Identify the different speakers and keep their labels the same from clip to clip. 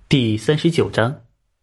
Speaker 1: 第39章。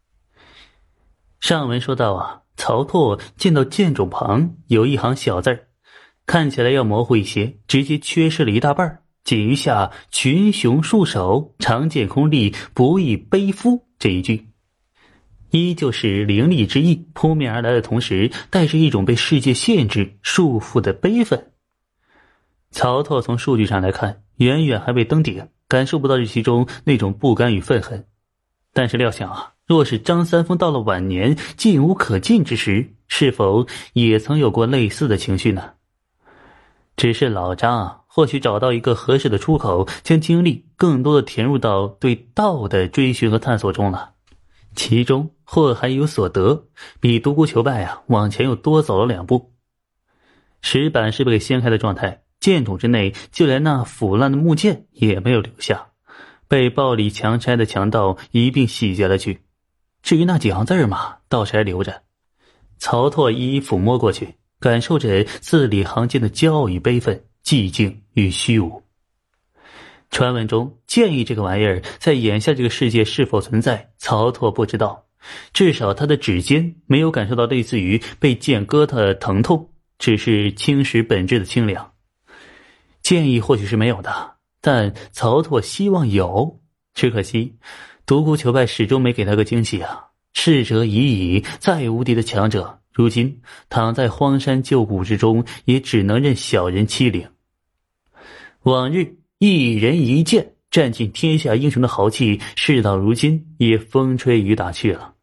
Speaker 1: 上文说到曹拓见到剑冢旁有一行小字儿，看起来要模糊一些，直接缺失了一大半，仅余下群雄束手，长剑空立，不亦悲夫这一句。依旧是凌厉之意扑面而来的同时，带着一种被世界限制束缚的悲愤。曹拓从数据上来看，远远还未登顶，感受不到这其中那种不甘与愤恨。但是料想若是张三丰到了晚年进无可进之时，是否也曾有过类似的情绪呢？只是老张或许找到一个合适的出口，将精力更多的填入到对道的追寻和探索中了，其中或还有所得，比独孤求败往前又多走了2步。石板是被掀开的状态，剑冢之内就连那腐烂的木剑也没有留下，被暴力强拆的强盗一并洗劫了去。至于那几行字嘛，倒是还留着。曹拓一一抚摸过去，感受着字里行间的骄傲与悲愤，寂静与虚无。传闻中剑意这个玩意儿在眼下这个世界是否存在，曹拓不知道，至少他的指尖没有感受到类似于被剑割的疼痛，只是侵蚀本质的清凉。剑意或许是没有的，但曹拓希望有，只可惜独孤求败始终没给他个惊喜逝者已矣，再无敌的强者，如今躺在荒山旧谷之中，也只能任小人欺凌。往日一人一剑占尽天下英雄的豪气，事到如今也风吹雨打去了。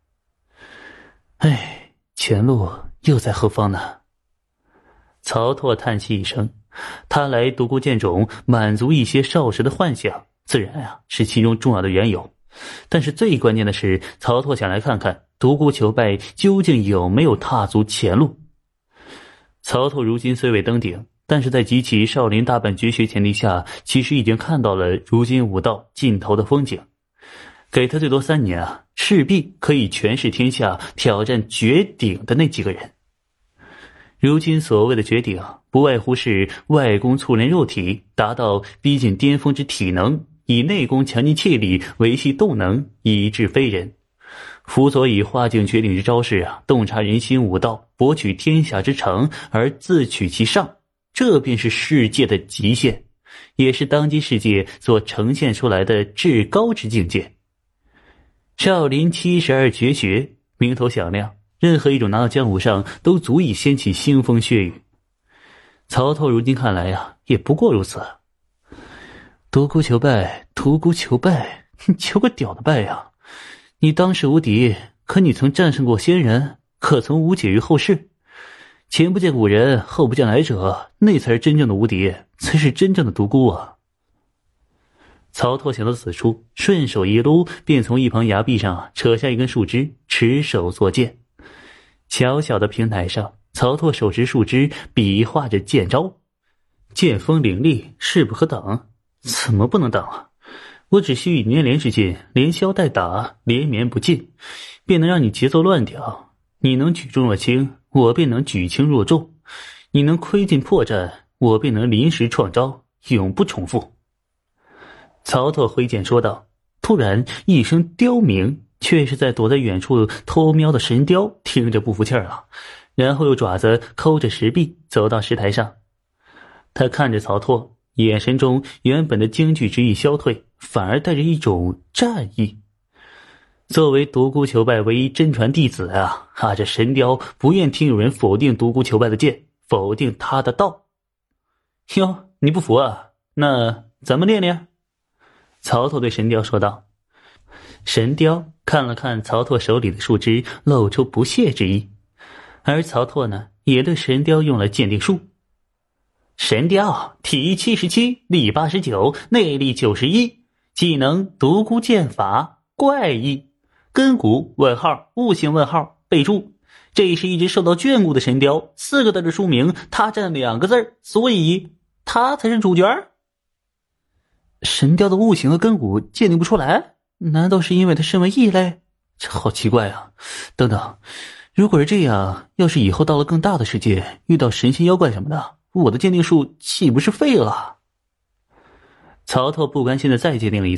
Speaker 1: 前路又在何方呢？曹拓叹息一声，他来独孤剑冢满足一些少时的幻想，自然是其中重要的缘由。但是最关键的是，曹拓想来看看独孤求败究竟有没有踏足前路。曹拓如今虽未登顶，但是在集齐少林大半绝学前提下，其实已经看到了如今武道尽头的风景。给他最多3年势必可以权势天下，挑战绝顶的那几个人。如今所谓的绝顶，不外乎是外功促练肉体，达到逼近巅峰之体能，以内功强劲气力，维系动能，以致非人。辅佐以化境绝顶之招式洞察人心武道，博取天下之长，而自取其上，这便是世界的极限，也是当今世界所呈现出来的至高之境界。少林72绝学名头响亮，任何一种拿到江湖上都足以掀起腥风血雨。曹操如今看来也不过如此。独孤求败，你求个屌的败你当世无敌，可你曾战胜过仙人，可曾无解于后世？前不见古人，后不见来者，那才是真正的无敌，才是真正的独孤曹拓想到此处，顺手一撸，便从一旁崖壁上扯下一根树枝，持手作剑。小小的平台上，曹拓手持树枝，比划着剑招。剑锋凌厉，势不可挡。怎么不能挡我只需以捏连之劲，连削带打，连绵不尽，便能让你节奏乱掉。你能举重若轻，我便能举轻若重；你能窥尽破绽，我便能临时创招，永不重复。曹拓挥剑说道，突然一声刁鸣，却是在躲在远处偷瞄的神雕听着不服气了，然后用爪子抠着石壁走到石台上。他看着曹拓，眼神中原本的惊惧之意消退，反而带着一种战意。作为独孤求败唯一真传弟子这神雕不愿听有人否定独孤求败的剑，否定他的道。哟，你不服那咱们练练。曹拓对神雕说道。神雕看了看曹拓手里的树枝，露出不屑之意，而曹拓呢，也对神雕用了鉴定术。神雕体77，力89，内力91，技能独孤剑法怪异，根骨问号悟性问号。备注，这是一只受到眷顾的神雕，4个字的书名，它占2个字，所以它才是主角。神雕的悟性和根骨鉴定不出来，难道是因为它身为异类？这好奇怪等等，如果是这样，要是以后到了更大的世界，遇到神仙妖怪什么的，我的鉴定术岂不是废了？曹操不甘心的再鉴定了一次，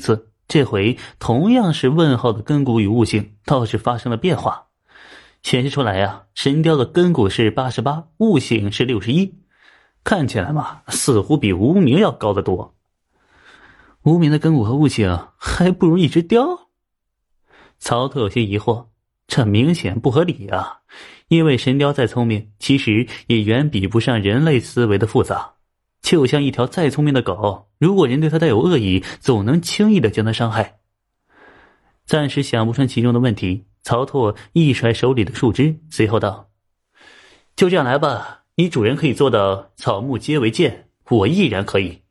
Speaker 1: 这回同样是问号的根骨与悟性倒是发生了变化，显示出来呀，神雕的根骨是88，悟性是61，看起来嘛，似乎比无名要高得多。无名的根骨和悟性还不如一只雕？曹特有些疑惑，这明显不合理啊！因为神雕再聪明，其实也远比不上人类思维的复杂。就像一条再聪明的狗，如果人对它带有恶意，总能轻易的将它伤害。暂时想不出其中的问题，曹拓一甩手里的树枝，随后道：就这样来吧，你主人可以做到草木皆为剑，我依然可以。